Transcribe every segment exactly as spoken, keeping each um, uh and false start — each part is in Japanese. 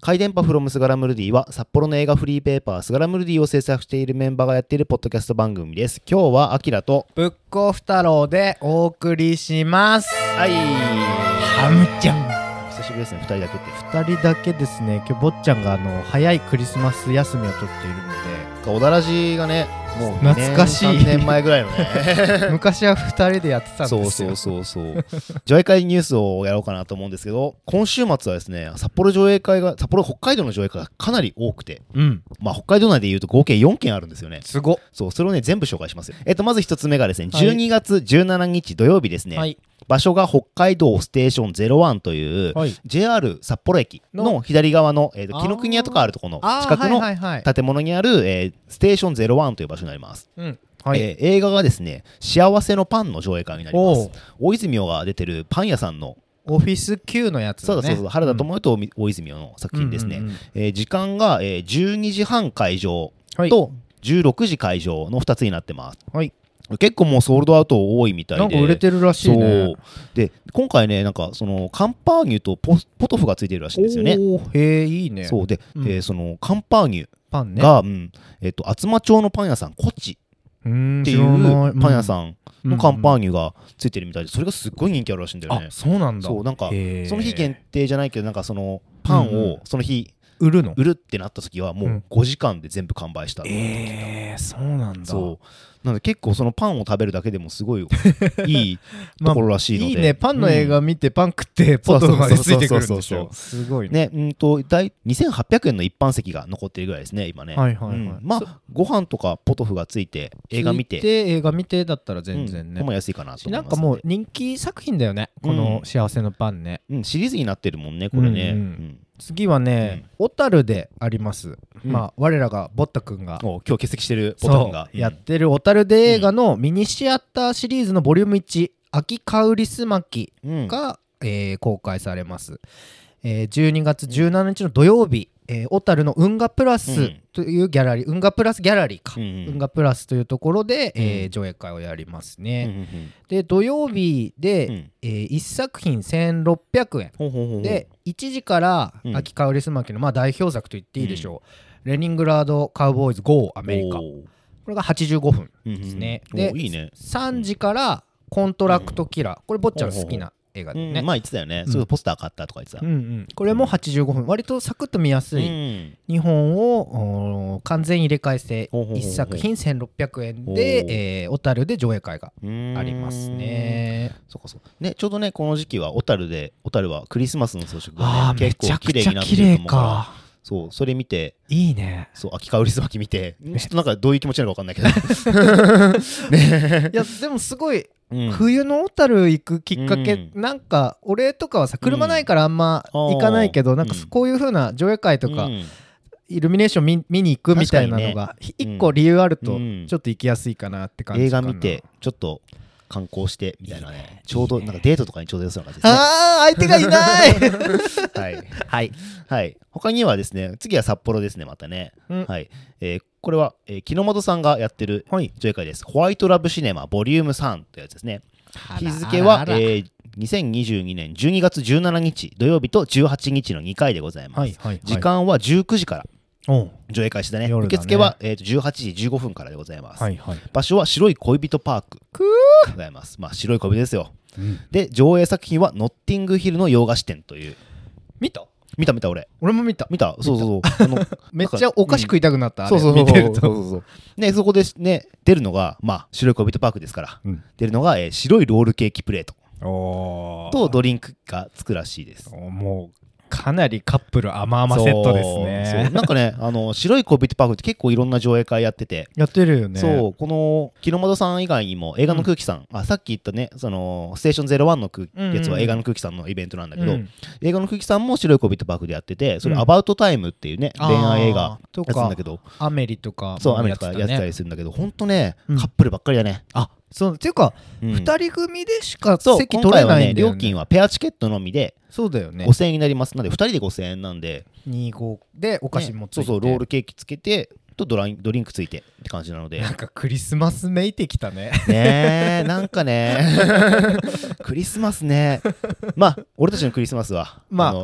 回電波フロムスガラムルディは札幌の映画フリーペーパースガラムルディを制作しているメンバーがやっているポッドキャスト番組です。今日はアキラとブックオフ太郎でお送りします。 はいハムちゃん久しぶりですね。ふたりだけってふたりだけですね。今日坊ちゃんがあの早いクリスマス休みを取っているので、 おだらじがねもう懐かしいさんねんまえぐらいのね昔はふたりでやってたんですよ。 そうそうそうそう上映会ニュースをやろうかなと思うんですけど、今週末はですね札幌上映会が札幌北海道の上映会がかなり多くて、うん、まあ北海道内でいうと合計よんけんあるんですよね。 すご。 そうそれをね全部紹介しますよ。えっとまず一つ目がですね、はい、じゅうにがつじゅうしちにち土曜日ですね、はい、場所が北海道ステーションゼロワンという、はい、ジェイアール 札幌駅の左側の、えー、と紀ノ国屋とかあるところの近くの建物にある、えー、ステーションゼロワンという場所になります。うん、はいえー、映画がですね幸せのパンの上映会になります。大泉洋が出てるパン屋さんのオフィス級のやつだね。 そうだそうそう原田知世と大泉洋の作品ですね。うんうんうんえー、時間が、えー、じゅうにじはん会場とじゅうろくじ会場のふたつになってます。はい結構もうソールドアウト多いみたいで、 なんか売れてるらしいね。 で今回ねなんかそのカンパーニュと ポ, ポトフがついてるらしいんですよね。 おへえいいね。 そうで、うんえー、そのカンパーニュパン、ねがうんえー、と厚真町のパン屋さんコチっていうパン屋さんのカンパーニュがついてるみたいで、それがすっごい人気あるらしいんだよね。 あそうなんだ。 そうなんかその日限定じゃないけどなんかそのパンをその日、うん、売るの売るってなった時はもうごじかんで全部完売した、うん、 えー、そうなんだ。 そうなので結構そのパンを食べるだけでもすごいいいところらしいので、 まあ、いいね。パンの映画見てパン食ってポトフまでついてくるんでしょ。すごいね。 ねうんとにせんはっぴゃくえんの一般席が残ってるぐらいですね今ね。はいはいはい、うん、まあご飯とかポトフがついて映画見て映画見てだったら全然ね、 うん、も安いかなと思います、ね、 なんかもう人気作品だよねこの幸せのパンね、 うんうん、シリーズになってるもんねこれね、うんうんうん次はね、うん、小樽であります、うん、まあ我らがボッタ君が今日欠席してるボッタ君が、 うん、やってる小樽で映画のミニシアターシリーズのボリュームいち秋香りすまきが、うんえー、公開されます、えー、じゅうにがつじゅうしちにちの土曜日、えー、小樽の運河プラスというギャラリー、うん、運河プラスギャラリーか、うんうん、運河プラスというところで、うんえー、上映会をやりますね、うんうんうん、で土曜日で、うんえー、いちさく品せんろっぴゃくえんほうほうほうほうでいちじから秋香りすまきの、まあ、代表作と言っていいでしょう、うん、レニングラードカウボーイズ ゴー アメリカこれがはちじゅうごふんですね、うんうん、でいいねさんじからコントラクトキラーこれ坊ちゃん好きな映画でね、 うん、まあ言ってたよね、うん、そういうポスター買ったとか言ってた、うんうん、 これもはちじゅうごふん割とサクッと見やすい、うん、日本を完全入れ替え制いちさく品せんろっぴゃくえんで、えー、小樽で上映会がありますね。 そうかそうねちょうどねこの時期は小樽で小樽はクリスマスの装飾がね結構綺麗になってると思うからそうそれ見ていいねそう秋香りすまき見てちょっとなんかどういう気持ちなのか分かんないけどねいやでもすごいうん、冬の小樽行くきっかけ、うん、なんか俺とかはさ車ないからあんま行かないけど、うん、なんかこういう風な上映会とか、うん、イルミネーション 見, 見に行くみたいなのが一、ね、個理由あるとちょっと行きやすいかなって感じかな、 映画見てちょっと観光してみたいなね、いいねちょうどなんかデートとかにちょうど良さな感じですね。 あー相手がいないはいはいはい他にはですね次は札幌ですねまたね、うんはいえー、これは、えー、木之本さんがやってる上映会です、はい、ホワイトラブシネマボリュームさんというやつですね。日付は、えー、にせんにじゅうにねんじゅうにがつじゅうしちにち土曜日とじゅうはちにちのにかいでございます、はいはいはい、時間はじゅうくじから上映開始だ ね, だね受付は、えー、とじゅうはちじじゅうごふんからでございます、はいはい、場所は白い恋人パークでございます。まあ白い恋人ですよ、うん、で上映作品はノッティングヒルの洋菓子店という見た見た見た俺俺も見た見たそうそうそうあのめっちゃお菓子食いたくなった、うん、 あれそうそう見てるとそうそうそうねそこでね出るのがまあ白い恋人パークですから、うん、出るのが、えー、白いロールケーキプレートとドリンクがつくらしいです。 もうかなりカップル甘々セットですね。 そうなんかねあの白い恋人パークって結構いろんな上映会やっててやってるよね。 そうこの木之本さん以外にも映画の空気さん、うん、あさっき言ったねそのステーションゼロワンのやつは映画の空気さんのイベントなんだけど、うん、映画の空気さんも白い恋人パークでやっててそれ、うん、アバウトタイムっていうね恋愛映画やつなんだけどアメリとかそうアメリとかやってたりするんだけどほんとね、うん、カップルばっかりだね。 あそうっていうか、うん、ふたり組でしか席取れないんだよね。今回はね料金はペアチケットのみでそうだよねごせんえんになります。なんでふたりでごせんえんなんでにじゅうごでお菓子もついて、 ね、そうそうロールケーキつけてとドラインドリンクついてって感じなのでなんかクリスマスめいてきたねねえなんかねクリスマスねまあ俺たちのクリスマスは、まあ、あの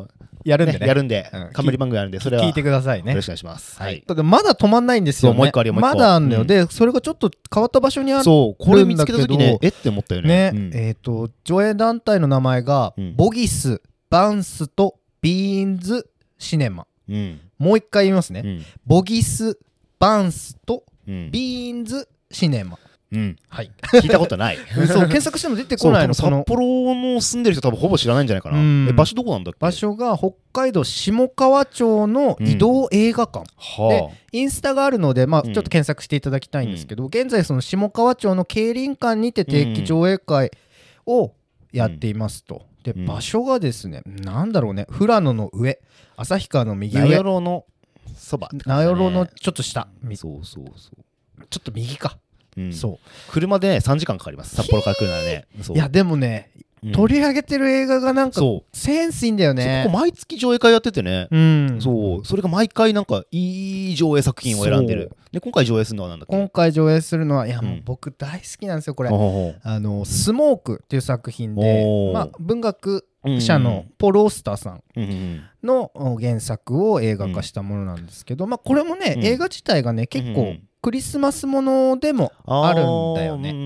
やるんでねやるんで、 うん、 冠番組やるんで、それは聞いてくださいね。 よろしくお願いします。 はい。だからまだ止まんないんですよね。 もう一個あるよ、もう一個。 まだあるのよ、うん、でそれがちょっと変わった場所にあるんだけど、 そうこれ見つけた時ね、えって思ったよね。 ね、うん、えっ、ー、と上映団体の名前が、うん、ボギス、バンスとビーンズシネマ。うん、もう一回言いますね。うん、ボギス、バンスとビーンズシネマ。 うん、はい、聞いたことないそう検索しても出てこないの。 札幌の住んでる人多分ほぼ知らないんじゃないかな。え場所どこなんだっけ。 場所が北海道下川町の移動映画館、うん、でインスタがあるので、まあ、ちょっと検索していただきたいんですけど、うん、現在その下川町の競輪館にて定期上映会をやっていますと。で、うん、場所がですね、なんだろうね、富良野の上、旭川の右上、 名寄のそば、ね、 名寄のちょっと下、 そうそうそう、 ちょっと右か。うん、 そう車で、ね、さんじかんかかります。札幌から来るならね。 いやでもね、うん、取り上げてる映画がなんかセンスいいんだよね。 ここ毎月上映会やっててね、うん、そうそれが毎回なんかいい上映作品を選んでる。で今回上映するのはなんだっけ。 今回上映するのはいやもう僕大好きなんですよこれ、うん、あのスモークっていう作品で、まあ、文学者のポル・オスターさんの原作を映画化したものなんですけど、まあ、これもね、うん、映画自体がね結構クリスマスものでもあるんだよね。うん、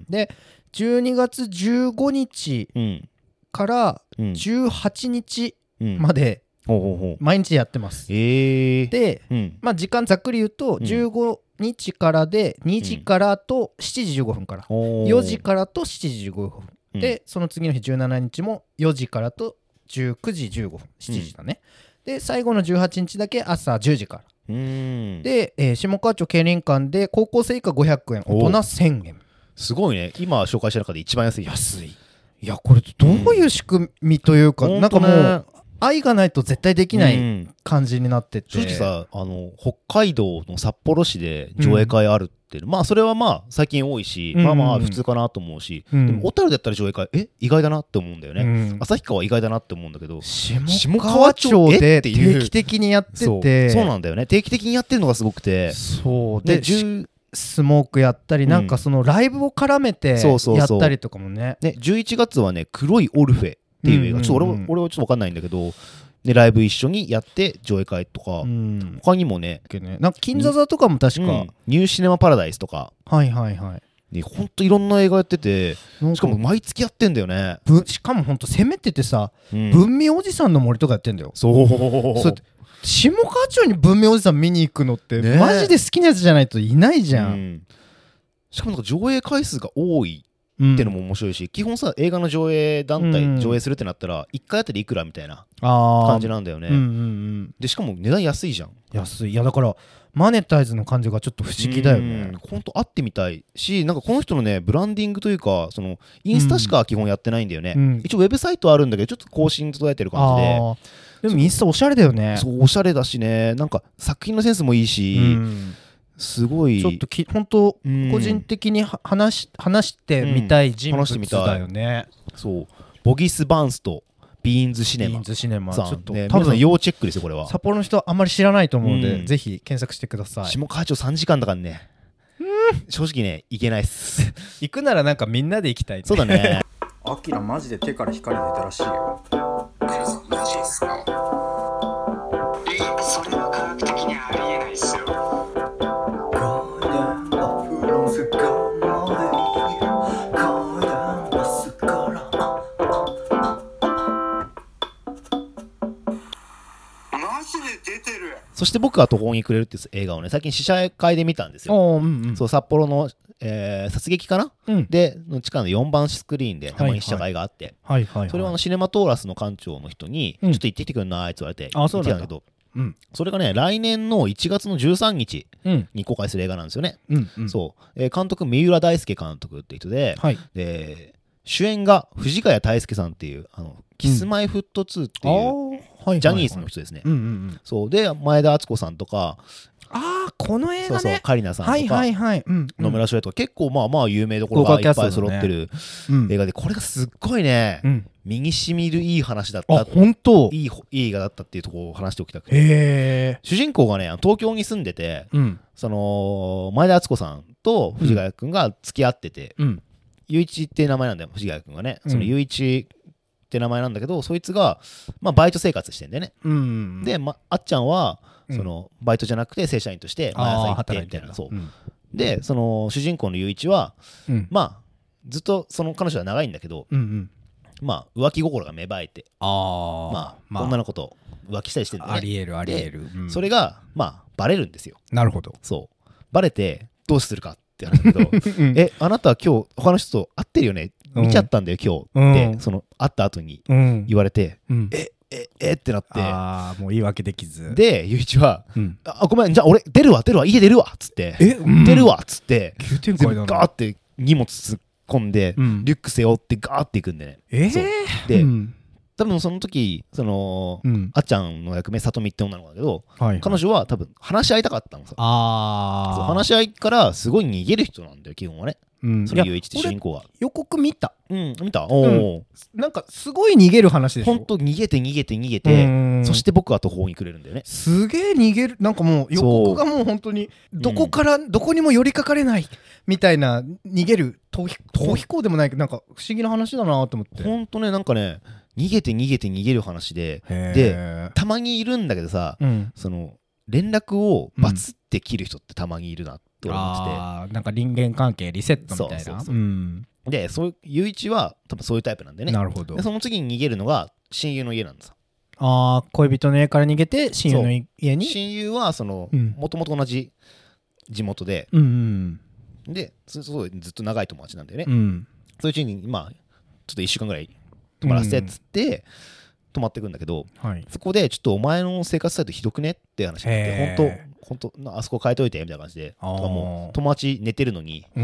でじゅうにがつじゅうごにちからじゅうはちにちまで毎日やってます。で、まあ、時間ざっくり言うとじゅうごにちからでにじからとしちじじゅうごふんからよじからとしちじじゅうごふんで、その次の日じゅうしちにちもよじからとじゅうくじじゅうごふん、しちじだね。で最後のじゅうはちにちだけ朝じゅうじから。うんで、えー、下川町競輪館で高校生以下ごひゃくえん、大人せんえん。 すごいね。今紹介した中で一番安い。 安い。いやこれどういう仕組みというか、うん、なんかもう愛がないと絶対できない感じになってて、 正直さ、あの北海道の札幌市で上映会あるって、うん、まあそれはまあ最近多いし、うん、まあまあ普通かなと思うし、うん、でも小樽だったら上映会え意外だなって思うんだよね、うん、旭川は意外だなって思うんだけど、 下川町で定期的にやってて、 そうそうなんだよね。定期的にやってるのがすごくて、 そうでスモークやったり、なんかそのライブを絡めてやったりとかもね。 でじゅういちがつはね黒いオルフェっていう映画、ちょっと俺俺はちょっと分かんないんだけど、でライブ一緒にやって上映会とか、うん、他にもね、 なんか金座座とかも確か、うん、 ニューシネマパラダイスとか、 はいはいはい、 ね、ほんといろんな映画やってて、しかも毎月やってんだよね。 しかもほんと攻めててさ、うん、文明おじさんの森とかやってんだよ。 そうそう下川町に文明おじさん見に行くのって、ね、マジで好きなやつじゃないといないじゃん、うん、 しかもなんか上映回数が多いってのも面白いし、うん、基本さ映画の上映団体、うん、上映するってなったらいっかいあたりいくらみたいな感じなんだよね、うんうんうん、でしかも値段安いじゃん。 安い。いやだからマネタイズの感じがちょっと不思議だよね。 ほんと会ってみたいし、なんかこの人のねブランディングというか、そのインスタしか基本やってないんだよね、うん、一応ウェブサイトあるんだけどちょっと更新途絶えてる感じで。 でもインスタおしゃれだよね。 そうおしゃれだしね、なんか作品のセンスもいいし、うん、すごいちょっとき本当、うん、個人的に話し話してみたい人物だよね、 うん、そうボギス・バンスとビーンズシネマ。 ビーンズシネマ。ちょっと、 ね、多分要チェックですよこれは。 札幌の人はあんまり知らないと思うので、うん、ぜひ検索してください。 下川町さんじかんだからね。正直ね行けないっす。 行くならなんかみんなで行きたい、ね。 そうだね。 アキラマジで手から光出たらしいよ。 マジですか？え、それは科学的にありえないっすよ。 そして僕が途方に暮れるっていう映画をね最近試写会で見たんですよ、うんうん、そう札幌の、えー、殺撃かな、うん、での地下のよんばんスクリーンでたまに試写会があって、はいはい、それはあのシネマトーラスの館長の人に、うん、ちょっと行ってきてくれるなーって言われて行ってきたんだけど、うん、それがね来年のいちがつのじゅうさんにちに公開する映画なんですよね、うんうん、そう、えー、監督三浦大輔監督って人で、はい、で主演が藤ヶ谷太輔さんっていうあのキスマイフットツーっていう、うんジャニーズの人ですね。そうで前田敦子さんとか、 ああこの映画ね、 そうそうカリナさんとか、はいはいはいうん、野村翔平とか結構まあまあ有名どころがいっぱい揃ってる映画で、これがすっごいね、うん、身にしみるいい話だった。 あ本当いいいい映画だったっていうところを話しておきたくて、へ主人公がね東京に住んでて、うん、その前田敦子さんと藤ヶ谷君が付き合ってて、うん、ゆういちっていう名前なんだよ藤ヶ谷君がね、そのゆういちって名前なんだけど、そいつが、まあ、バイト生活してんだよね、 うん、 で、ま、あっちゃんはうんそのバイトじゃなくて正社員として毎朝行ってみたいな、そう、 うん、 でその主人公の雄一は、うん、まあずっとその彼女は長いんだけど、うんうん、まあ浮気心が芽生えて、あ、まあ、まあ、女の子と浮気したりしてるんだね。 ありえるありえる、 うん、それがまあバレるんですよ。 なるほど。 そうバレてどうするかって話だけど、うん、えあなたは今日他の人と会ってるよね、見ちゃったんだよ今日って、うん、その会った後に言われて、うん、えええってなって、 ああもう言い訳できずで雄一は、うん、あごめんじゃあ俺出るわ出るわ家出るわっつって、え、うん、出るわっつって全部ガーって荷物突っ込んで、うん、リュック背負ってガーっていくんでね、えー、で、うん、多分その時その、うん、あっちゃんの役目里美って女の子だけど、はいはい、彼女は多分話し合いたかったのさ。あそう話し合いからすごい逃げる人なんだよ基本はね、うん、それ雄一って主人公は。 予告見た。 うん見た。おお、 うん、なんかすごい逃げる話でしょ。 ほんと逃げて逃げて逃げて、そして僕は途方に暮れるんだよね。 すげえ逃げる。なんかもう予告がもう本当にどこから、うん、どこにも寄りかかれないみたいな逃げる逃避行でもないけどなんか不思議な話だなと思って。 ほんとねなんかね逃げて逃げて逃げる話で、でたまにいるんだけどさ、うん、その連絡をバツって切る人ってたまにいるなって思ってて、うん、 あなんか人間関係リセットみたいな。そうそうそう、うん、 でそう雄一は多分そういうタイプなんでね。 なるほど。 でその次に逃げるのが親友の家なんです。 あ恋人の家から逃げて親友の家に。 親友はそのもともと同じ地元で、うんうん、ですごいずっと長い友達なんだよね、うん、そういううちにまあちょっといっしゅうかんぐらい泊まらせてっつって、うん泊まってくんだけど、はい、そこでちょっとお前の生活スタイルひどくねって話になって、本当本当あそこ変えといてみたいな感じで、とかもう友達寝てるのに、うんうん、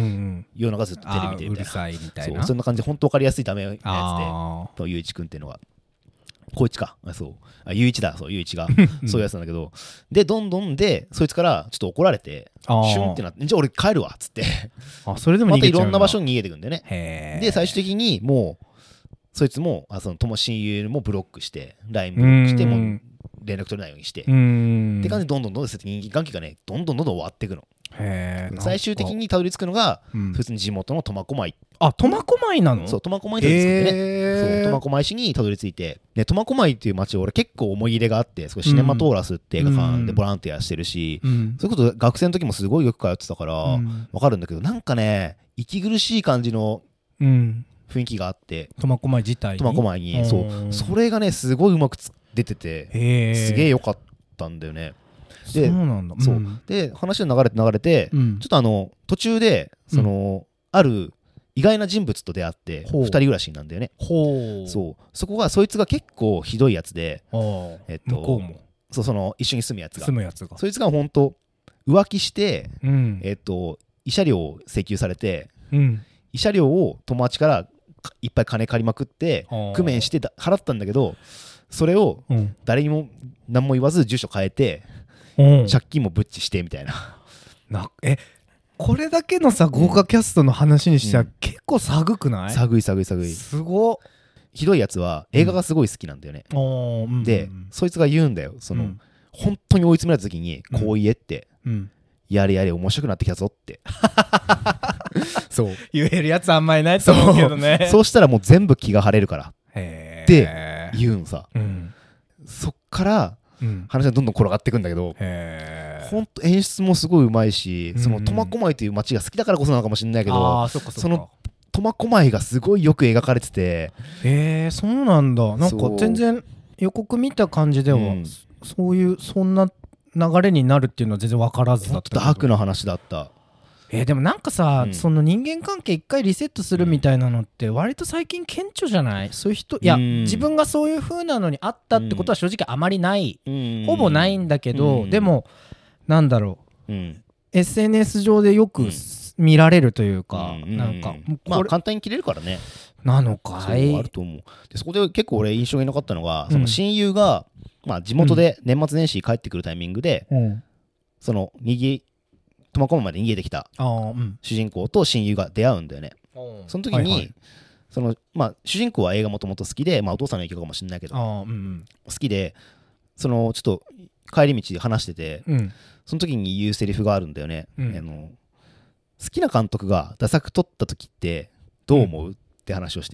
夜中ずっとテレビ見てみたいな、うるさいみたいな、そうそんな感じで本当分かりやすいダメなやつで、とゆういちくんっていうのがこいつか、あそうあゆういちだそうゆういちがそういうやつなんだけど、でどんどんでそいつからちょっと怒られてシュンってなって、じゃあ俺帰るわっつってあそれでも逃げちゃうまたいろんな場所に逃げてくんだよね。で最終的にもうそいつもあその友親友もブロックして ライン ブロックしてもう連絡取れないようにしてって感じでどんどんどんどん人間関係がねどんどんどんどん終わっていくの。へ最終的にたどり着くのが、うん、普通に地元の苫小牧。 あ苫小牧なの。 そう苫小牧にたどり着いてね、そう苫小牧市にたどり着いて、ね、苫小牧っていう町俺結構思い入れがあって、そこシネマトーラスって映画館でボランティアしてるし、うん、そういうこと学生の時もすごいよく通ってたから、うん、分かるんだけどなんかね息苦しい感じの、うん雰囲気があって苫小牧自体に苫小牧にそうそれがねすごいうまく出ててすげえ良かったんだよね。でそうなんだ、うん、 そうで話が流れて流れて、うん、ちょっとあの途中でその、うん、ある意外な人物と出会ってふたり暮らしなんだよね。ほうそうそこがそいつが結構ひどいやつで、えっと、向こうもそうその一緒に住むやつが住むやつがそいつが本当浮気して、うん、えっと慰謝料を請求されて、うん、慰謝料を友達からいっぱい金借りまくって工面して払ったんだけどそれを誰にも何も言わず住所変えて、うん、借金もぶっちしてみたい な, なえこれだけのさ豪華キャストの話にしては結構寒くない？ 寒い寒い寒いすごひどいやつは映画がすごい好きなんだよね、うん、で、うん、そいつが言うんだよその、うん、本当に追い詰められた時にこう言えって、うん、やれやれ面白くなってきたぞってそう言えるやつあんまりないと思うけどね。 そう、そうしたらもう全部気が晴れるからって言うんさ、うん、そっから話がどんどん転がっていくんだけど、ほんと演出もすごいうまいし、うん、その苫小牧という街が好きだからこそなのかもしれないけど、あそっかそっかその苫小牧がすごいよく描かれてて、 へえそうなんだ。なんか全然予告見た感じでは、うん、そういうそんな流れになるっていうのは全然分からずだった。 ダークな話だった。 えー、でもなんかさ、うん、その人間関係一回リセットするみたいなのって割と最近顕著じゃない？そういう人いや、うん、自分がそういう風なのにあったってことは正直あまりない、うん、ほぼないんだけど、うん、でもなんだろう、うん、エスエヌエス 上でよく見られるというか、うん、なんかまあ簡単に切れるからねなのかい。 そうあると思う。でそこで結構俺印象に残ったのが、その親友が、まあ、地元で年末年始帰ってくるタイミングで、うん、その逃げ苫小牧まで逃げてきた主人公と親友が出会うんだよね。その時に、はいはい、そのまあ、主人公は映画もともと好きで、まあ、お父さんの影響かもしれないけど、うんうん、好きでそのちょっと帰り道で話してて、うん、その時に言うセリフがあるんだよね、うん、あの好きな監督がダサく撮った時ってどう思う、うん、って話をして、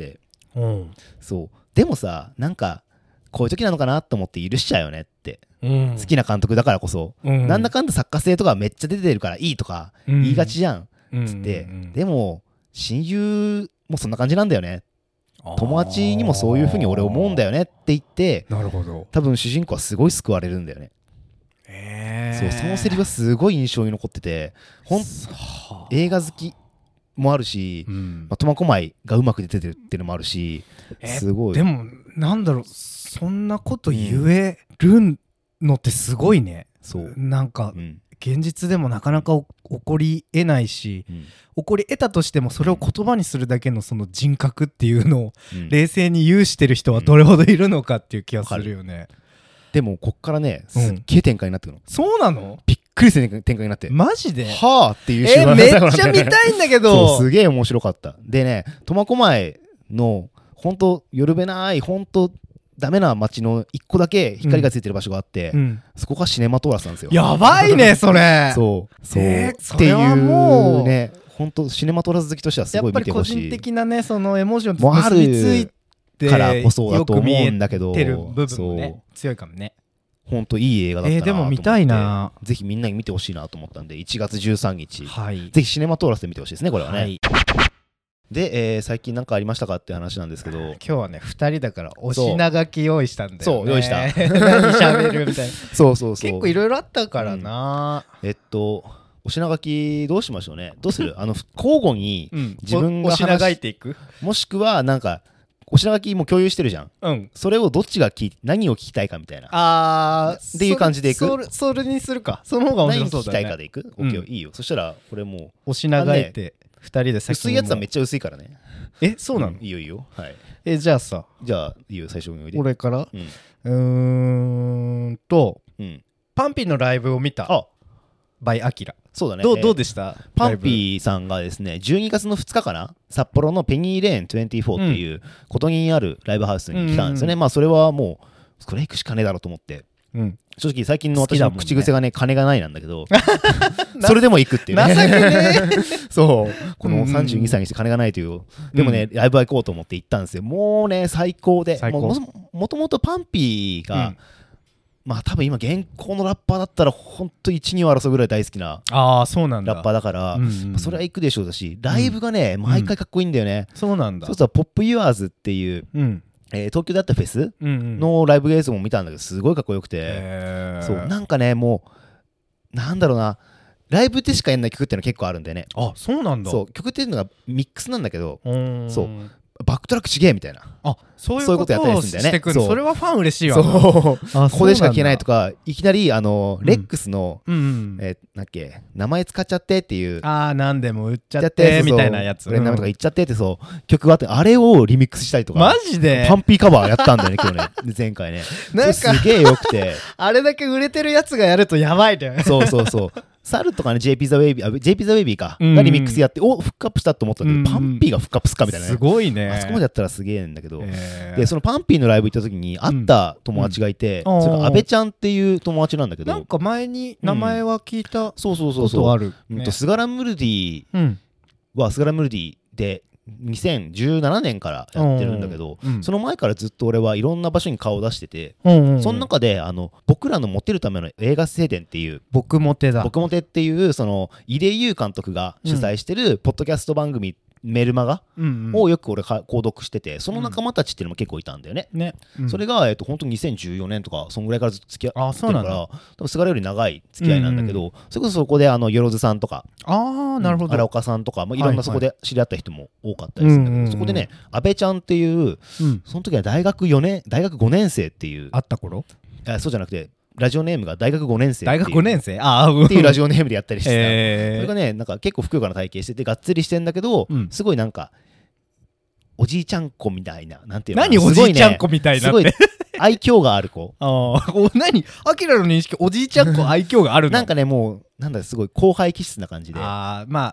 うん、 そうでもさなんかこういう時なのかなと思って許しちゃうよねって、 うん、 好きな監督だからこそ、うん、なんだかんだ作家性とかめっちゃ出てるからいいとか言いがちじゃん、うん、つって、うんうんうん、でも親友もそんな感じなんだよね、友達にもそういう風に俺思うんだよねって言って、 なるほど、 多分主人公はすごい救われるんだよね。 えー、 そうそのセリフがすごい印象に残ってて、ほん映画好きもあるし、うん、まあ、苫小牧がうまく出てるっていうのもあるし、すごい。 でもなんだろう、そんなこと言えるのってすごいね、うん、そうなんか、うん、現実でもなかなか起こり得ないし、うん、起こり得たとしてもそれを言葉にするだけのその人格っていうのを冷静に有してる人はどれほどいるのかっていう気がするよね、うん、 でもこっからねすっげえ展開になってくるの、うん、 そうなの？ びっくりする展開になって、 マジで？ はぁっていう瞬間、えー、めっちゃ見たいんだけどそうすげえ面白かった。でね苫小牧のほんと夜べないほんとダメな街の一個だけ光がついてる場所があって、うん、そこがシネマトーラスなんですよ。 やばいねそれそうそう、 えー、 っていうね、本当シネマトーラス好きとしてはすごい見てほしい。 やっぱり個人的なねそのエモーションと結びついてからこそだと思うんだけど、 よく見えてる部分もね強いかもね。 本当いい映画だったなと思って、えー、でも見たいな、 ぜひみんなに見てほしいなと思ったんでいちがつじゅうさんにち、 はい、 ぜひシネマトーラスで見てほしいですねこれはね、はい。で、えー、最近何かありましたかって話なんですけど、 今日はねふたりだからお品書き用意したんだよね。 そう用意した何喋るみたいなそうそうそう結構いろいろあったからな、 うん、えっとお品書きどうしましょうね。どうするあの交互に自分が話、 うん、お品書いていく、 もしくはなんかお品書きも共有してるじゃん、うん、それをどっちが聞い何を聞きたいかみたいなあーっていう感じでいく。 それ、それにするか、その方が面白そうだね。 何聞きたいかでいく、うん、OK いいよ。そしたらこれもうお品書いてふたりで先に薄いやつはめっちゃ薄いからね。 えそうなの、 うん、いいよいいよ、はい。 えじゃあさじゃあいいよ最初においで。 俺から、うん、うーんと、うん、パンピーのライブを見た。あバイアキラ。 そうだね。 どう、えー、どうでした？ パンピーさんがですねじゅうにがつのふつかかな札幌のペニーレーンにじゅうよんっていうことにあるライブハウスに来たんですよね、うんうんうん、まあそれはもうこれ行くしかねえだろうと思って、うん、正直最近の私の口癖がね、ね金がないなんだけどそれでも行くっていうね情けねそうこのさんじゅうにさいにして金がないという、うん、でもねライブは行こうと思って行ったんですよ。もうね最高で最高。 も, もともとパンピーが、うん、まあ多分今現行のラッパーだったら本当いち、にを争うぐらい大好きなラッパーだから、うんうんうん、それは行くでしょうだし、ライブがね、うん、毎回かっこいいんだよね、 うん、そうなんだ。 そうするとポップユアーズっていう、うんえー、東京であったフェスのライブ映像も見たんだけどすごいかっこよくて、そうなんかねもうなんだろうなライブでしかやんない曲っていうのは結構あるんだよね。 あそうなんだ。 そう曲っていうのがミックスなんだけどそうバックトラックちげえみたいな、 あそういうことをしてくる。 そ, それはファン嬉しいわ。 そうここでしか聴けないとかいきなりあの、うん、レックスの、うんうんえー、なんだっけ名前使っちゃってっていうあーなんでも売っちゃってみたいなやつ俺の名前とか言っちゃってってそう曲があってあれをリミックスしたりとかマジでパンピーカバーやったんだよね今日ね前回ねなんかすげえよくてあれだけ売れてるやつがやるとやばいねそうそうそうサルとかね ジェイピー ザ・ウェイビー あ ジェイピー ザ・ウェイビーか、うん、がリミックスやっておフックアップしたと思ったんだけど、うん、パンピーがフックアップすっかみたいなねすごいね。 あそこまでやったらすげえんだけど、えー、でそのパンピーのライブ行った時に会った友達がいて、うん、それが阿部ちゃんっていう友達なんだけどなんか前に名前は聞いた、うん、 そうそうそうそうある、ね、スガラムルディは、うん、スガラムルディでにせんじゅうななねんからやってるんだけど、うん、その前からずっと俺はいろんな場所に顔を出してて、うんうんうん、その中であの僕らのモテるための映画青年っていう僕モテだ僕モテっていうその井出優監督が主催してるポッドキャスト番組、メルマガをよく俺か購読してて、その仲間たちっていうのも結構いたんだよね、うんねうん、それが、えっと、本当ににせんじゅうよねんとかそんぐらいからずっと付き合ってるから多分菅原より長い付き合いなんだけど、うんうん、それこそそこであのよろずさんとかあなるほど、 荒岡さんとか、まあ、いろんなそこで知り合った人も多かったりするんだけど、はいはい、そこでね阿部ちゃんっていう、うん、その時は大学よねん大学ごねん生っていうあった頃あそうじゃなくてラジオネームが大学ごねん生大学ごねん生あっていうラジオネームでやったりしてた、えー、それがねなんか結構ふくよかな体型しててがっつりしてんだけど、うん、すごいなんかおじいちゃん子みたいななんていうの何おじいちゃん子みたいなってすごい愛嬌がある子あ何アキラの認識おじいちゃん子愛嬌があるのなんかねもうなんだすごい後輩気質な感じであまあ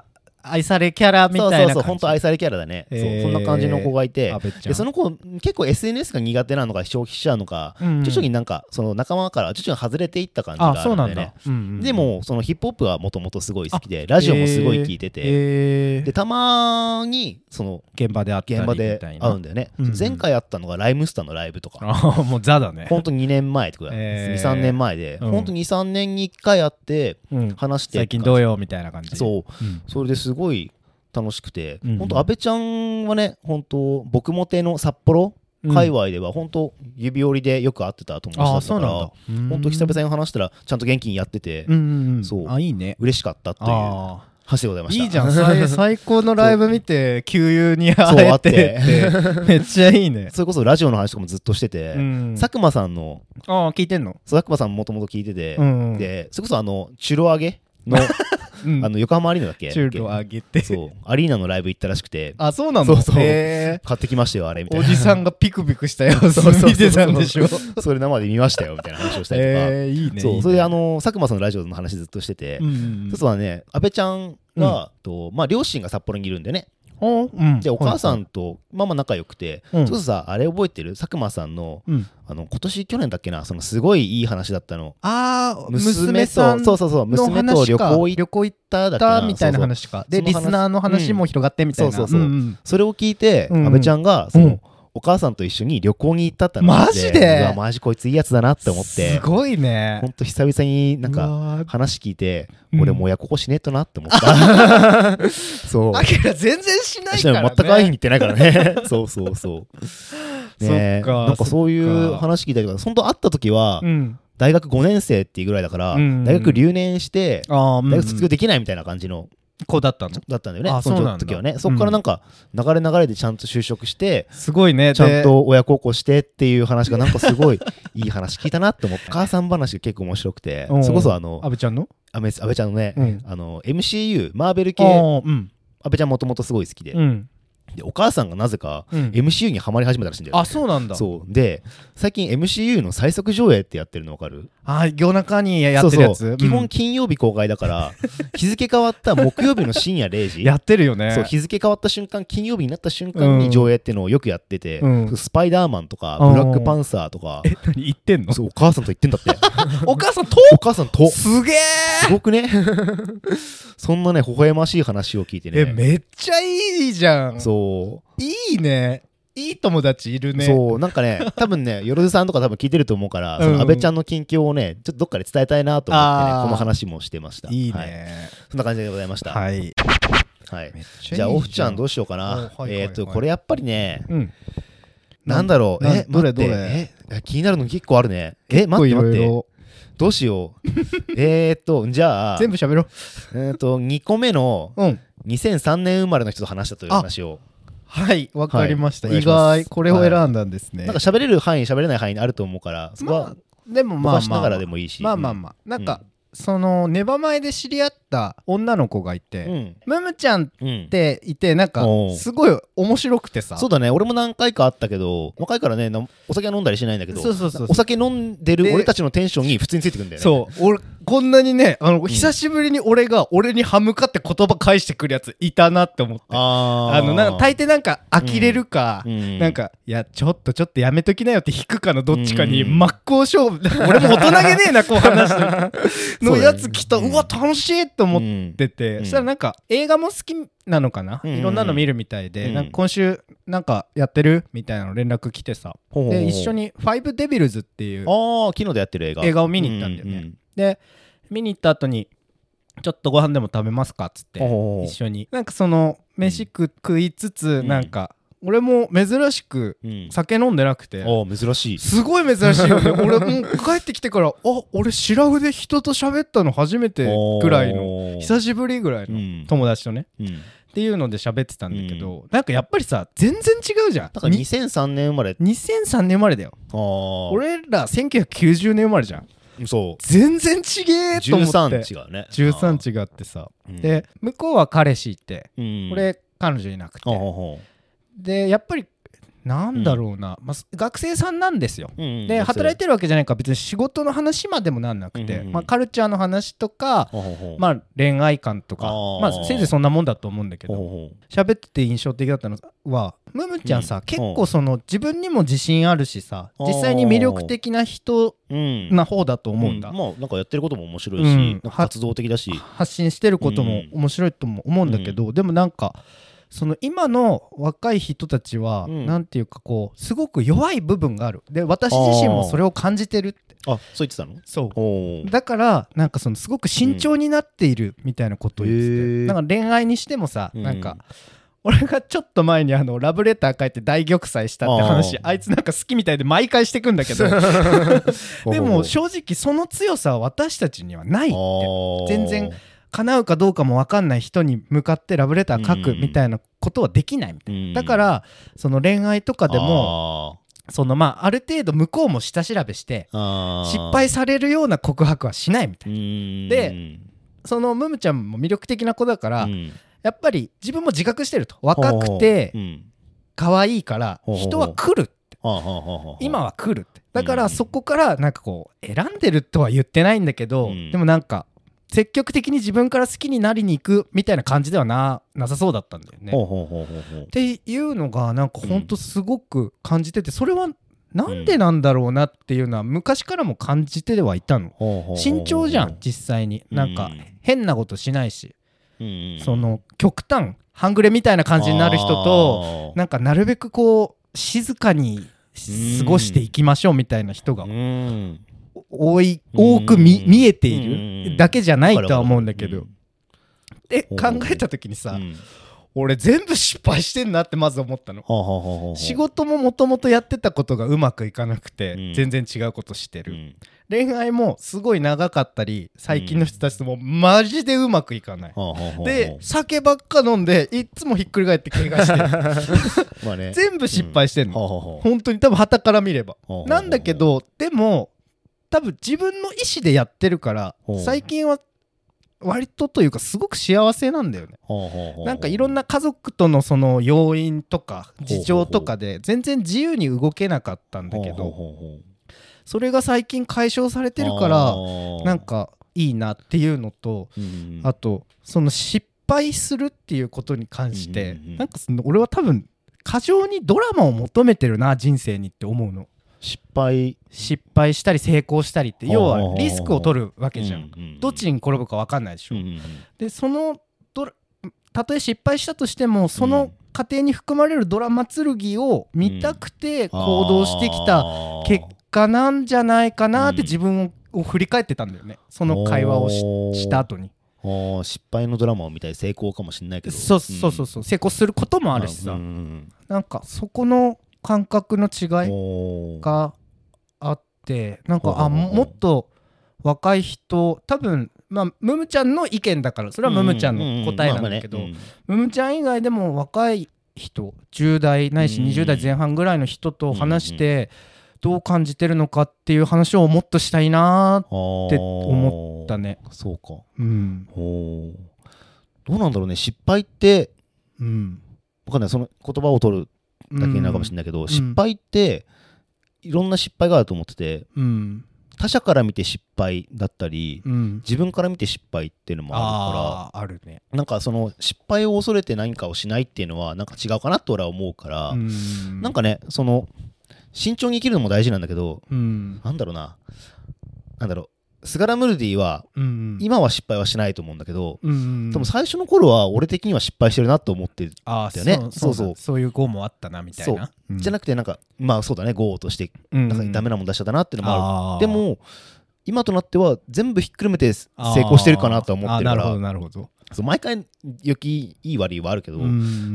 愛されキャラみたいな感じ。 そうそうそう、本当愛されキャラだね、 えーそうそんな感じの子がいて、 阿部ちゃんでその子結構 エスエヌエス が苦手なのか消費しちゃうのか、 うんうん徐々になんかその仲間から徐々に外れていった感じがああ、そうなんるんだよね。 だ。うんうんうんでもそのヒップホップはもともとすごい好きでラジオもすごい聞いてて、 えーでたまにその現場で会ったりみ現場でたいな。 会うんだよね、 うんうん前回会ったのがライムスターのライブとかあもうザだね。 ほんとにねんまえとか、 えーにさんねんまえで、 うんほんとにさんねんにいっかい会ってうん話して最近どうよみたいな感じ。 そううん。 それですごい楽しくて、 うんうんほんと阿部ちゃんはねほんと僕もての札幌界隈では本当指折りでよく会ってた友ああ、 達だったそうなんからだ。 本当久々に話したらちゃんと元気にやっててうんうんうん。 そうあ、いいね。 嬉しかったというああ。 話でございました。 いいじゃん。最最高のライブ見て、旧友にそう会え会っててって。めっちゃいいね。 それこそラジオの話とかもずっとしてて、 うん佐久間さんのああ、聞いてんの？ 佐久間さんもともと聞いてて、 うんうんでそれこそあのチュロ揚げのうんあの横浜アリーナだっけチュールをあげて。 そうアリーナのライブ行ったらしくてあ、そうなの？ そうそうへ買ってきましたよあれみたーおいなじさんがピクピクした様子そうそうそう見てたんでしょ。 それ生で見ましたよみたいな話をしたりとか、 えー、いいね。いいねそうそれであの佐久間さんのラジオの話ずっとしてて、 うんうんそうはね阿部ちゃんが、とまあ、両親が札幌にいるんでねうん。うんでお母さんとママ仲良くて、 うんそれこそさあれ覚えてる佐久間さんのうん。 あの今年去年だっけなそのすごいいい話だったのああ、 娘娘さんとそうそうそうの娘と旅話か行行っ旅行行っただっけなみたいなそうそう話か。で、 その話リスナーの話も広がってみたいな。 そうそうそうんんそれを聞いて、 うん阿部ちゃんがその、 うんお母さんと一緒に旅行に行ったってマジでうわマジこいついいやつだなって思ってすごいね。 ほんと久々になんうかわー話聞いて、 うん俺も親孝行しねえとなって思ったそうアキラ全然しないからね。 しかも全く会いに行ってないからねそうそうそうねえそっかなんかそういそっうか話聞いたりとか本当会った時は、 うん。 大学ごねん生っていうぐらいだから、 うん大学留年してああ、 大学卒業できないみたいな感じの子だったの？ だったんだよねあそのそうなんだ時はねそこからなんか流れ流れでちゃんと就職してすごいね。 ちゃんでと親孝行してっていう話がなんかすごいいい話聞いたなって思って母さん話が結構面白くてうんそれこそあの阿部ちゃんの？ 阿部阿部ちゃんのね、 うんあの エムシーユー マーベル系あーうん。 阿部ちゃんもともとすごい好きで,、 うん。 でお母さんがなぜかうんエムシーユー にハマり始めたらしいんだよ、 あ、そうなんだ。 そうで最近 エムシーユー の最速上映ってやってるの分かる？ あー、夜中にやってるやつ。 そうそううん基本金曜日公開だから日付変わった木曜日の深夜れいじやってるよね。 そう日付変わった瞬間金曜日になった瞬間に上映っていうのをよくやってて、 うんスパイダーマンとかうんブラックパンサーとかえ、何言ってんの？ そうお母さんと言ってんだってお母さんとお母さんとすげえ。 すごくねそんなね微笑ましい話を聞いてえ、 ねめっちゃいいじゃん。 そういいね。いい友達いるね。 そうなんかね多分ねよろずさんとか多分聞いてると思うから、 うんその安倍ちゃんの近況をねちょっとどっかで伝えたいなと思ってねあーこの話もしてましたいいはい、 ね。 そんな感じでございましたはい、 はい。 はいめっちゃいいじゃあオフちゃんどうしようかおなはいはいはいえっ、とこれやっぱりねうん。 なんだろうなえどれ待ってどれえ気になるの結構あるねえ待って待っていろいろどうしようえっとじゃあ全部喋ろう。 えっとにこめのうん。 にせんさんねん生まれの人と話したという話をはい、わかりました。意はいお願いします外、これを選んだんですね。 なんか喋れる範囲喋れない範囲にあると思うからそこはまあ、でもまあまあぼかしながらでもいいしまあまあまあ、なんか、そのネバ前で知り合った女の子がいて、 うんムムちゃんっうんていて、なんかおうすごい面白くてさ。 そうだね俺も何回かあったけど若いからねなお酒飲んだりしないんだけどそうそうそうそうお酒飲んでるで俺たちのテンションに普通についてくんだよねそう俺こんなにねあの、久しぶりに俺が俺に歯向かって言葉返してくるやついたなって思ってあーあのなんか大抵なんか呆れるか、 うんなんかいやちょっとちょっとやめときなよって引くかのどっちかにうん真っ向勝負俺も大人げねえなこう話してるのやつ来たう,、 そうだねわ楽しいと思ってて、 うんそしたらなんか映画も好きなのかな、 うんいろんなの見るみたいで、 うんなんか今週なんかやってるみたいなの連絡来てさ、 ほうほうほうで一緒に「ファイブデビルズ」っていうああ昨日でやってる映画映画を見に行ったんだよね、で見に行った後にちょっとご飯でも食べますかっつってほうほうほう一緒になんかその飯食食いつつんなんか俺も珍しくうんうん酒飲んでなくておー珍しいすごい珍しいよね俺もう帰ってきてからあ俺シラフで人と喋ったの初めてぐらいのの久しぶりぐらいのうん友達とねうんっていうので喋ってたんだけどなんかやっぱりさ全然違うじゃんだからにせんさんねん生まれにせんさんねん生まれだよあー俺らせんきゅうひゃくきゅうじゅうねん生まれじゃんそう全然違えと思ってじゅうさん違うねじゅうさん違ってさうんで向こうは彼氏いてうん俺彼女いなくてほうほうほでやっぱりなんだろうな、うんまあ、学生さんなんですよ、 うんうん、 で働いてるわけじゃないから別に仕事の話までもなんなくて、うんうんまあ、カルチャーの話とか、ほうほうまあ、恋愛観とかまあ、せいぜいそんなもんだと思うんだけど喋ってて印象的だったのはムムちゃんさ、うん、結構その自分にも自信あるしさ実際に魅力的な人な方だと思うんだ、 うんうん、まあなんかやってることも面白いし、うん、なんか活動的だし発信してることも面白いとも思うんだけど、うん、でもなんかその今の若い人たちは、うん、なんていうかこうすごく弱い部分があるで私自身もそれを感じてるってあそう言ってたのそうだからなんかそのすごく慎重になっているみたいなことを言ってて、うん、なんか恋愛にしてもさ、うん、なんか俺がちょっと前にあのラブレター書いて大玉砕したって話 あ, あいつなんか好きみたいで毎回してくんだけどでも正直その強さは私たちにはないって全然叶うかどうかも分かんない人に向かってラブレター書くみたいなことはできないみたいな、うん、だからその恋愛とかでもそのまあある程度向こうも下調べして失敗されるような告白はしないみたいな、うん、でそのムムちゃんも魅力的な子だから、うん、やっぱり自分も自覚してると若くて可愛いから人は来るって今は来るってだからそこからなんかこう選んでるとは言ってないんだけど、うん、でもなんか積極的に自分から好きになりに行くみたいな感じでは な, なさそうだったんだよね。ほうほうほうほうほうっていうのがなんかほんとすごく感じてて、それはなんでなんだろうなっていうのは昔からも感じてはいたの。慎重じゃん実際に。なんか変なことしないし、その極端半グレみたいな感じになる人となんかなるべくこう静かに過ごしていきましょうみたいな人が多い多く 見, 見えているだけじゃないとは思うんだけど、で考えた時にさ、俺全部失敗してんなってまず思ったの。仕事ももともとやってたことがうまくいかなくて全然違うことしてる、恋愛もすごい長かったり最近の人たちともマジでうまくいかない、で酒ばっか飲んでいっつもひっくり返って怪我してるまあ、ね、全部失敗してんの、本当に多分傍から見ればなんだけど、でも多分自分の意思でやってるから最近は割とというかすごく幸せなんだよね。なんかいろんな家族とのその要因とか事情とかで全然自由に動けなかったんだけど、それが最近解消されてるからなんかいいなっていうのと、あとその失敗するっていうことに関してなんかその俺は多分過剰にドラマを求めてるな人生にって思うの。 失敗失敗したり成功したりって要はリスクを取るわけじゃん、うんうんうん、どっちに転ぶか分かんないでしょ、うんうん、でそのドラたとえ失敗したとしてもその過程に含まれるドラマ剣を見たくて行動してきた結果なんじゃないかなって自分を振り返ってたんだよね、その会話を し, した後に。 失敗のドラマを見たり成功かもしれないけど、 そうそうそうそう、うん、成功することもあるしさ、うん、なんかそこの感覚の違いがあって、なんかあもっと若い人多分まあムムちゃんの意見だからそれはムムちゃんの答えなんだけど、ムムちゃん以外でも若い人じゅう代ないしにじゅう代前半ぐらいの人と話してどう感じてるのかっていう話をもっとしたいなって思ったね。 そうか、 うん、 おどうなんだろうね、失敗って、うん、分かんない、その言葉を取るだけになるかもしれないけど、うん、失敗っていろんな失敗があると思ってて、うん、他者から見て失敗だったり、うん、自分から見て失敗っていうのもあるから、 あるね、 なんかその失敗を恐れて何かをしないっていうのはなんか違うかなと俺は思うから、うん、なんかねその慎重に生きるのも大事なんだけど、うん、なんだろうななんだろうスガラ・ムルディは、うんうん、今は失敗はしないと思うんだけど、うんうん、でも最初の頃は俺的には失敗してるなと思ってるんだよね。 そうそうそういう業もあったなみたいな、 うん、じゃなくてなんかまあそうだね業としてなんかダメなもん出しちゃったなっていうのもある、うんうん、でも今となっては全部ひっくるめて成功してるかなと思ってるから、 なるほどなるほど、 そう毎回良きいい悪いはあるけど、うん、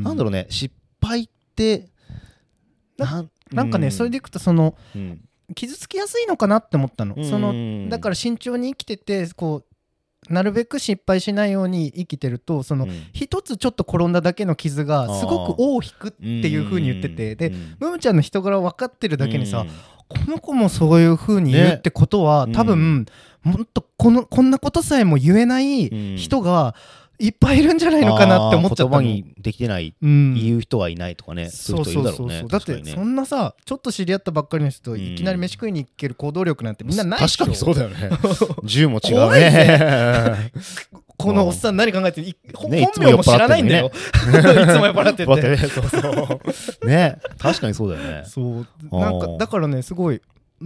なんだろうね失敗ってな, なんかね、うん、それでいくとその、うん傷つきやすいのかなって思ったの、そのだから慎重に生きててこうなるべく失敗しないように生きてるとその、うん、一つちょっと転んだだけの傷がすごく尾を引くっていう風に言ってて、でムムちゃんの人柄分かってるだけにさ、この子もそういう風に言うってことは、ね、多分もっとこのこんなことさえも言えない人がいっぱいいるんじゃないのかなって思っちゃったの。 言葉にできてない、うん、言う人はいないとかね、そういう人いるだろうね。 だってそんなさちょっと知り合ったばっかりの人といきなり飯食いに行ける行動力なんてみんなないでしょ。 確かにそうだよね銃も違うねこのおっさん何考えてる、本名も知らないんだよ、ね、いつも酔っ払っててね、そうそうね、確かにそうだよね。 そうなんかだからねすごい、うん、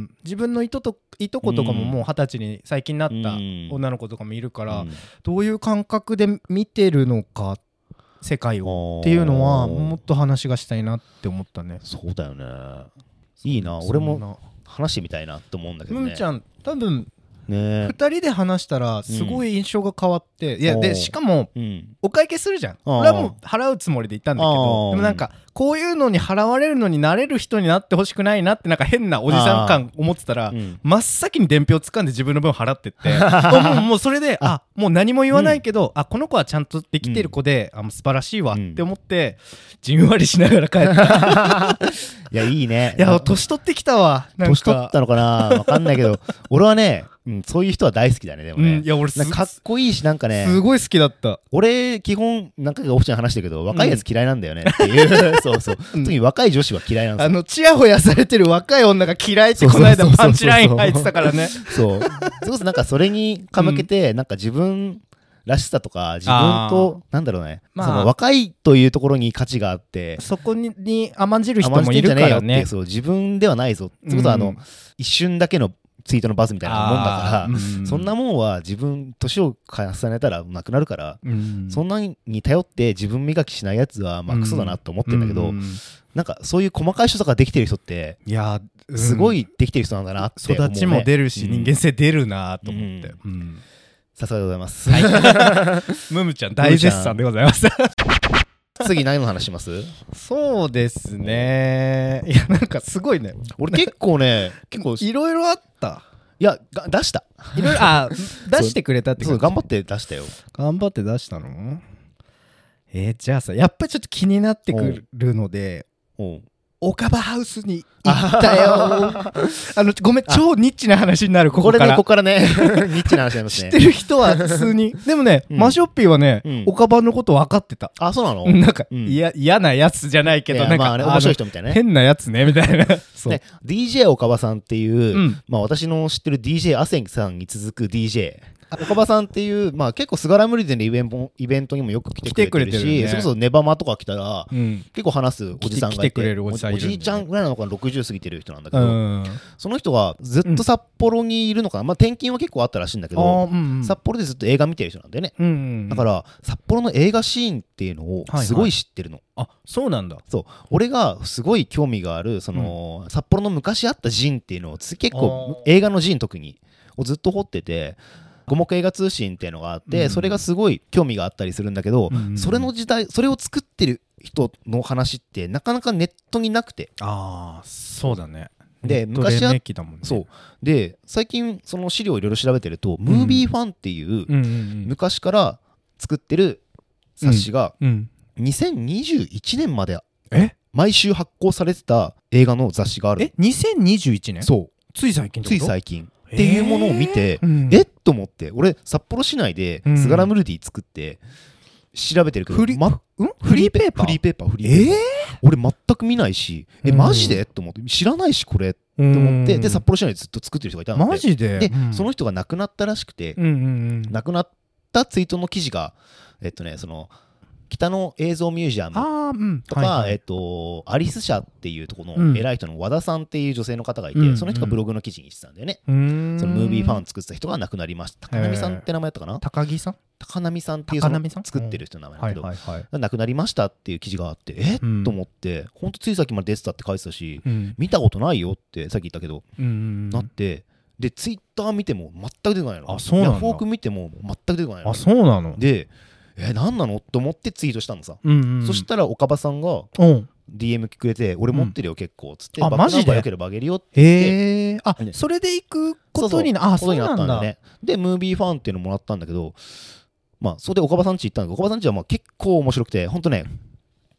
自分のいとといとことかももう二十歳に最近なった女の子とかもいるから、うん、どういう感覚で見てるのか世界をっていうのはもっと話がしたいなって思ったね。 そうだよね、いいな、俺も話してみたいなって思うんだけどね。 むーちゃん多分ね、ふたりで話したらすごい印象が変わって、うん、いやでしかも、うん、お会計するじゃん。俺はもう払うつもりで行ったんだけど、でもなんかこういうのに払われるのになれる人になってほしくないなってなんか変なおじさん感思ってたら、うん、真っ先に伝票掴んで自分の分払ってってもう、もうそれであもう何も言わないけど、うん、あこの子はちゃんとできてる子で、うん、あ素晴らしいわって思って、うん、じんわりしながら帰ったいやいいね。 いや年取ってきたわ。なんか年取ったのかなわかんないけど俺はねうん、そういう人は大好きだね。でもね、うん、いや俺なんかかっこいいしなんかねすごい好きだった。 俺基本何回かオフィスに話してるけど若いやつ嫌いなんだよねっていう、うん、そうそう、うん、特に若い女子は嫌いなんですよ。 あのチヤホヤされてる若い女が嫌いってこの間パンチライン入ってたからね。 そうそれこそなんかそれにかまけて、うん、なんか自分らしさとか自分となんだろうね、まあ、その若いというところに価値があってそこにに甘んじる人もいるからね。 そう自分ではないぞってことは、うん、あの一瞬だけのツイートのバズみたいなもんだから、うん、そんなもんは自分年を重ねたらなくなるから、うん、そんなに頼って自分磨きしないやつはまあクソだなと思ってるんだけど、うん、なんかそういう細かい人とかできてる人っていや、うん、すごいできてる人なんだなって思う、ね、 育ちも出るし、うん、人間性出るなと思って、 うんうん、さすがでございます、 はい、ムムちゃん大絶賛でございます次何の話します？ そうですね。いやなんかすごいね。 俺結構ね結構いろいろあった。 いや出した。 いろいろあ出してくれたってこと。 そう頑張って出したよ。 頑張って出したの？えー、じゃあさやっぱりちょっと気になってくるので。おう岡場ハウスに行ったよあのごめん超ニッチな話になるここからここからねここからねニッチな話になりますね。 知ってる人は普通にでもね、うん、マショッピーはね、うん、岡場のこと分かってた。 あそうなの？ なんか嫌、うん、なやつじゃないけどなんか、 まあね、面白い人みたいなね変なやつねみたいなそう、ね、 ディージェー 岡場さんっていう、うん、まあ私の知ってる ディージェー アセンさんに続く ディージェー岡場さんっていう、まあ、結構スガラムリデンのイベント、イベントにもよく来てくれてるし、てるね、それこそネバマとか来たら、うん、結構話すおじさんがいて、来てくれるおじさんいるんで、おじいちゃんぐらいなのかな、ろくじゅう過ぎてる人なんだけど、うん、その人がずっと札幌にいるのかな、まあ、転勤は結構あったらしいんだけど、うんうん、札幌でずっと映画見てる人なんだよね、うんうんうん、だから札幌の映画シーンっていうのをすごい知ってるの、 はいはい、あそうなんだ。 そう俺がすごい興味があるその、うん、札幌の昔あったジンっていうのを結構映画のジン特にをずっと掘ってて五目映画通信っていうのがあって、うん、それがすごい興味があったりするんだけど、うん、それの時代それを作ってる人の話ってなかなかネットになくて。 ああそうだね。 で昔は、ね、そうで最近その資料をいろいろ調べてると、うん、ムービーファンっていう、うん、昔から作ってる冊子が、うん、にせんにじゅういちねんまで毎週発行されてた映画の雑誌がある。 えにせんにじゅういちねん？ そうつい最近ってこと？ つい最近っていうものを見て、えーうん、えっと思って俺札幌市内でスガラムルディ作って調べてるけど、 フリ、ま、フリーペーパーフリーペーパーフリーペーパー、えー、俺全く見ないしえマジでと思って知らないしこれって思ってで札幌市内でずっと作ってる人がいたのでマジでで、 うん、 その人が亡くなったらしくて、うんうんうん、亡くなったツイートの記事がえっとねその北の映像ミュージアムとか、うんはいはいえっと、アリス社っていうところの偉い人の和田さんっていう女性の方がいて、うん、その人がブログの記事にしてたんだよね、うん、そのムービーファン作ってた人が亡くなりました。高波さんって名前だったかな。 高木さん高波さんっていうその作ってる人の名前だけど、はいはいはい、亡くなりましたっていう記事があってえっ、うん、と思ってほんとついさっきまで出てたって書いてたし、うん、見たことないよってさっき言ったけど、うんうん、なってでツイッター見ても全く出てこないの。 あそうなんだ。 ヤフオク見ても全く出てこないの。 あそうなの。 でえ何なのと思ってツイートしたのさ、うんうん、そしたら岡場さんが ディーエム くれて俺持ってるよ結構つって、 うん、あマジでよければあげるよって言ってへーあ、ね、それで行くことになあそうなんだね。 でムービーファンっていうのもらったんだけどまあそれで岡場さん家行ったんだけど岡場さん家はまあ結構面白くてほんとね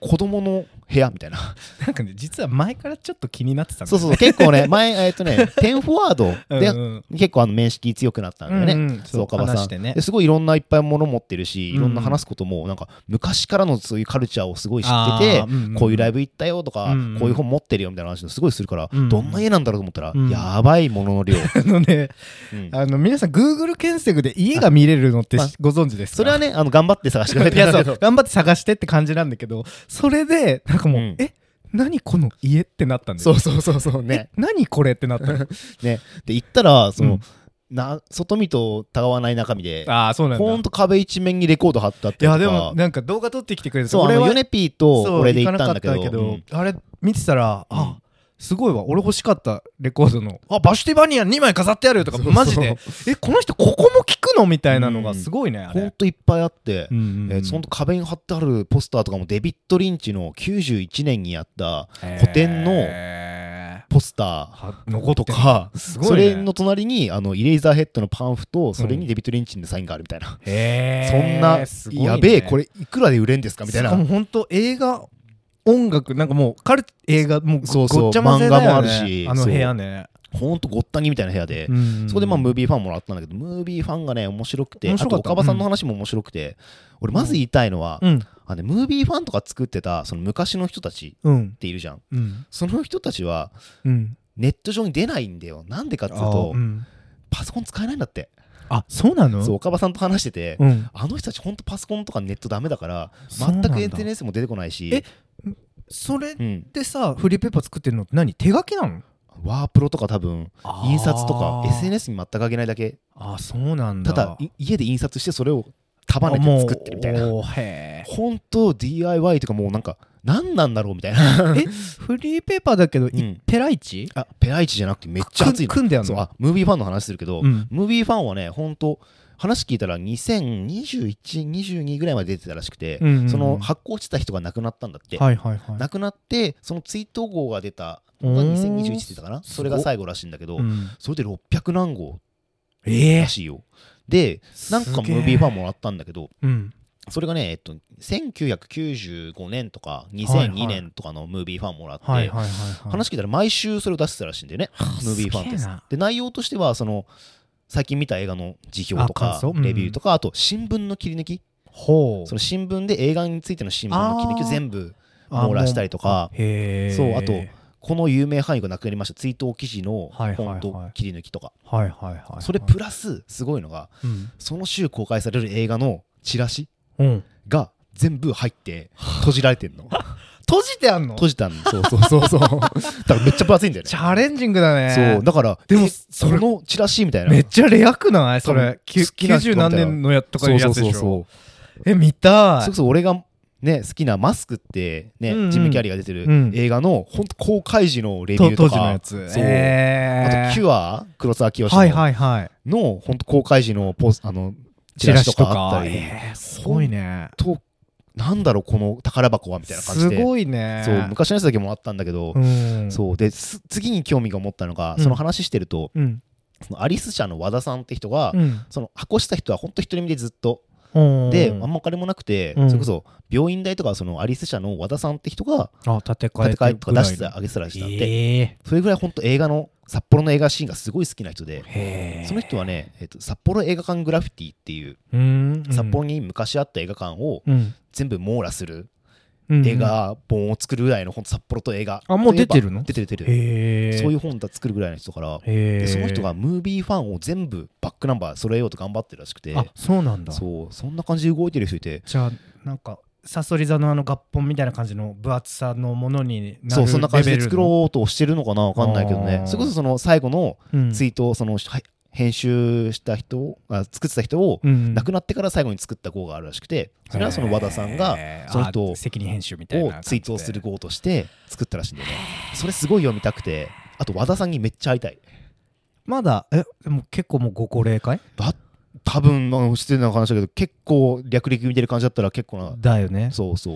子供の部屋みたいななんかね実は前からちょっと気になってたんだよね。 そうそう結構ね前えっとねテンフォワードでうんうん結構あの面識強くなったんだよね、 うんうんそう岡場さん、 話してねですごいいろんないっぱいもの持ってるし、 うんいろんな話すこともなんか昔からのそういうカルチャーをすごい知ってて、 あーうんうんこういうライブ行ったよとか、 うんうんこういう本持ってるよみたいな話すごいするから、 うんうんどんな家なんだろうと思ったら、 うんやばいものの量、 あのね、 うんあの皆さん Google 検索で家が見れるのってまあご存知ですか？ それはねあの頑張って探してくれいやそうてるんだけど頑張って探してって感じなんだけど、それでなんかもう、 うんえ何この家ってなったんだよ。 そうそうそうそうねえ何これってなったの。 ねで行ったらその、 うんな外見とたがわない中身でああそうなんだ。 ほんと壁一面にレコード貼ってあったりとか、 いやでもなんか動画撮ってきてくれて、 そうあ俺はのヨネピーとそう俺で行ったんだけど行かなかったうんけど、あれ見てたら、 うんあすごいわ、俺欲しかったレコードのあバシュティバニアにまい飾ってあるとかそうそうマジでえこの人ここも聞くのみたいなのがすごいね、あほんれ。 といっぱいあって、 うんうんうんえーそんと壁に貼ってあるポスターとかもデビッド・リンチのきゅうじゅういちねんにやった古典のへポスターは残ってんのとか、 すごいねそれの隣にあのイレイザーヘッドのパンフとそれにデビッド・リンチのサインがあるみたいな、 へそんな、 すごいねやべえこれいくらで売れんですかみたいなしかもほんと映画音楽なんかもうカル映画もうそうそうごっちゃ混ぜだよね、 漫画もあるしあの部屋ね。 ほんとごったにみたいな部屋で、 うんそこでまあムービーファンもらったんだけど、ムービーファンがね面白くて、 面白かったあと岡場さんの話も面白くて、俺まず言いたいのは、 うんあのね、ムービーファンとか作ってたその昔の人たちうんっているじゃん。 うんその人たちはうんネット上に出ないんだよ。なんでかっていうあと、 うんパソコン使えないんだって。 あそうなの？ そう岡場さんと話してて、 うんあの人たちほんとパソコンとかネットダメだからそうなんだ全く エスエヌエス も出てこないし、 えそれうん、 でさフリーペーパー作ってるのって何手書きなの？ ワープロとか多分印刷とか エスエヌエスス に全く上げないだけ。 あそうなんだ。 ただい家で印刷してそれを束ねて作ってるみたいな。 おーへほんと ディーアイワイ とかもうなんか何なんだろうみたいな。 えフリーペーパーだけど、 んいペライチあペライチじゃなくてめっちゃ熱いの。 組んであんの？ そうあムービーファンの話するけど、 うんムービーファンはねほんと話聞いたらにせんにじゅういち、にじゅうにぐらいまで出てたらしくて、 うんうんうんその発行してた人が亡くなったんだって、 はいはいはい。 亡くなってその追悼号が出たのがおーにせんにじゅういちって言ったかな、 すごそれが最後らしいんだけど、 うんそれでろっぴゃくなんごうえらしいよ。でなんかムービーファンもらったんだけど、 うんそれがね、えっと、せんきゅうひゃくきゅうじゅうごねんとかにせんにねんとかのムービーファンもらって、 はいはいはいはい。 話聞いたら毎週それを出してたらしいんだよね、ムービーファンってすげえな。 で内容としてはその最近見た映画の辞表とあ感か想うんレビューとか、あと新聞の切り抜き、 ほうその新聞で映画についての新聞の切り抜きを全部あー網羅したりとか、 へえ。 そうあとこの有名俳優が亡くなりました追悼記事のはいはいはい本と切り抜きとか、 はいはいはいはい。 それプラスすごいのがうんその週公開される映画のチラシうん。 が全部入って閉じられてんの。 閉じてあんの？ 閉じたんそうそうそうそうだからめっちゃ分厚いんだよね。 チャレンジングだね。 そうだからでもえそれこのチラシみたいなめっちゃレアくないそれ？きゅ好きな人きゅうじゅう何年のやつとかいうやつでしょ？ そうそうそうえ見たい。 それこそ俺がね好きなマスクってね、 うんうんジム・キャリーが出てるうん映画のほんと公開時のレビューとと当時のか、 やつ。 そうえーあとキュア黒沢清はいのはいはい。 のほんと公開時のポスあのチラシとかあったり、 えーすごいね。 となんだろうこの宝箱はみたいな感じで、 すごいね。 そう昔のやつだけもあったんだけど、 うん。 そうです次に興味が持ったのが、 うんその話してるとうん。 そのアリス社の和田さんって人が、 うん。 その箱した人はほんと一人身でずっとうんで、あんまお金もなくて、 うんそれこそ病院代とかそのアリス社の和田さんって人があ、建て替え建て替えとか出してぐらいあげてたらしたんで、 ええそれぐらい本当映画の札幌の映画シーンがすごい好きな人で、 へえ。 その人はね、えっと札幌映画館グラフィティっていううん。 札幌に昔あった映画館をうん。 全部網羅するうん映画本を作るぐらいの本当札幌と映画あもう出てるの出てる出てるへえ。 そういう本だ作るぐらいの人だから、 へえ。 でその人がムービーファンを全部バックナンバー揃えようと頑張ってるらしくて、 あ、そうなんだ。 そうそんな感じで動いてる人いて、 じゃあなんかサソリ座のあの合本みたいな感じの分厚さのものになるそうそんな感じで作う、 ろうとしてるのかなわかんないけどあーね、それこそその最後のうん、 ツイートをその、はい編集した人あ作ってた人をうん亡くなってから最後に作った号があるらしくて、それはその和田さんがへーその人をあ責任編集みたいなを感じでツイートをする号として作ったらしいんだよね。それすごい読みたくて、あと和田さんにめっちゃ会いたい。 まだえでも結構もうご高齢かいだ多分まあ失礼な話だけど結構略歴見てる感じだったら結構な、 だよね。 そうそう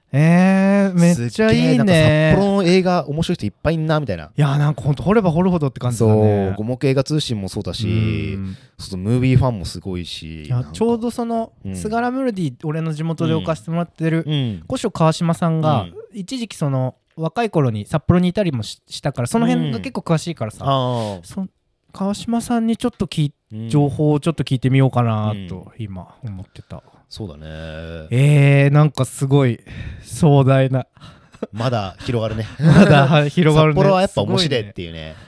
えー、めっちゃいいね。 なんか札幌の映画面白い人いっぱいいんなみたいな。 いやなんかほんと掘れば掘るほどって感じだね。 そう五目映画通信もそうだし、そうそうムービーファンもすごいし、 いやちょうどその、うん、スガラムルディ俺の地元で置かせてもらってる、うん、古書川島さんが、うん、一時期その若い頃に札幌にいたりも し, したからその辺が結構詳しいからさ、うん、そ川島さんにちょっとき、うん、情報をちょっと聞いてみようかなと今思ってた、うん、 そうだね。 えー、なんかすごい壮大なまだ広がるねまだ広がるね。 札幌はやっぱ面白いっていうね。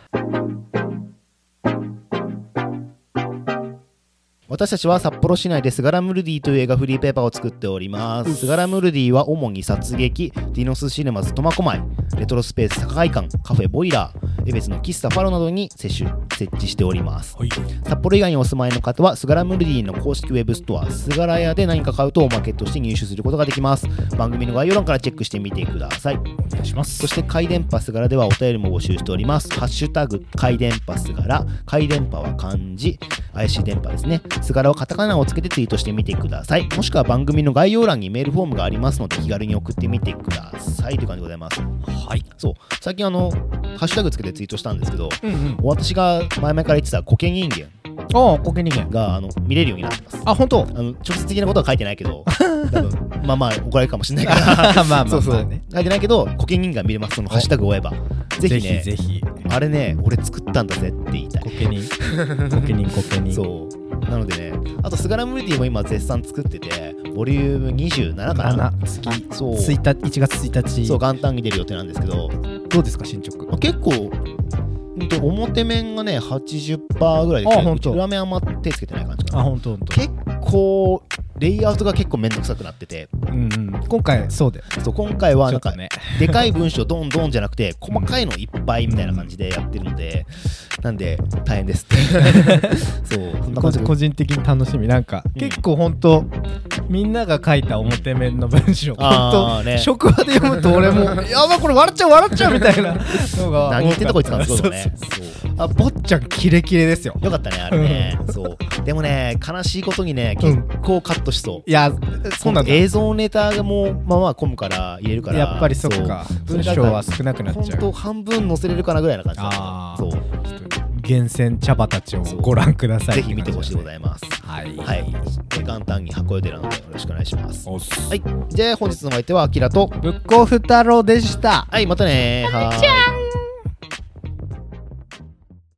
私たちは札幌市内でスガラムルディという映画フリーペーパーを作っております。スガラムルディは主に殺撃、ディノスシネマズ苫小牧、レトロスペース坂会館、カフェボイラー、江別の喫茶ファロなどに設置しております、はい、札幌以外にお住まいの方はスガラムルディの公式ウェブストアスガラ屋で何か買うとおまけとして入手することができます。番組の概要欄からチェックしてみてください。お願いします。そして回電波スガラではお便りも募集しております。ハッシュタグ回電波スガラ、回電波は漢字、怪しい電波ですね。スガラはカタカナをつけてツイートしてみてください。もしくは番組の概要欄にメールフォームがありますので気軽に送ってみてくださいという感じでございます。はい。そう最近あのハッシュタグつけてツイートしたんですけど、うんうん、私が前々から言ってたコケ人間ああコケ人間があの見れるようになってます。 あ本当？ あの直接的なことは書いてないけど多分まあまあ怒られるかもしれないからまあまあまあ、ね、そうそう書いてないけどコケ人間見れます。そのハッシュタグを追えばぜひねぜひぜひあれね俺作ったんだぜって言いたい。 コケ人コケ人コケ人そうなのでね、あとスガラムルディも今絶賛作っててボリュームにじゅうななかな次そういちがつついたちそう元旦に出る予定なんですけどどうですか進捗。 結構表面がね はちじゅっパーセント ぐらいで裏面あんま手つけてない感じかな。 あ本当本当結構レイアウトが結構めんどくさくなってて、 うんうん、今回そうでそう今回はなんか、ね、でかい文章ドンドンじゃなくて細かいのいっぱいみたいな感じでやってるので、うん、なんで大変ですってそうそんな感じ個人的に楽しみなんか、うん、結構ほんとみんなが書いた表面の文章ほんと、ね、職場で読むと俺もやばいこれ笑っちゃう笑っちゃうみたいなのが何言ってんとこ言ってたんですけどね。 あ坊ちゃんキレキレですよ。 よかったねあれね、うん、そうでもね悲しいことにね結構カットしそう、うん、 いやそうなんだ。 映像ネタがもうまあまあ混むから入れるからやっぱりそっか文章は少なくなっちゃう。 ほんと半分載せれるかなぐらいな感じだ、ね、あそう厳選茶葉たちをご覧ください。 ぜひ見てほしいでございます。はい、はい、元旦に箱予定なのでよろしくお願いします。はい、じゃあ本日のお相手はアキラとブックオフ太郎でした。 はいまたねー。はーい。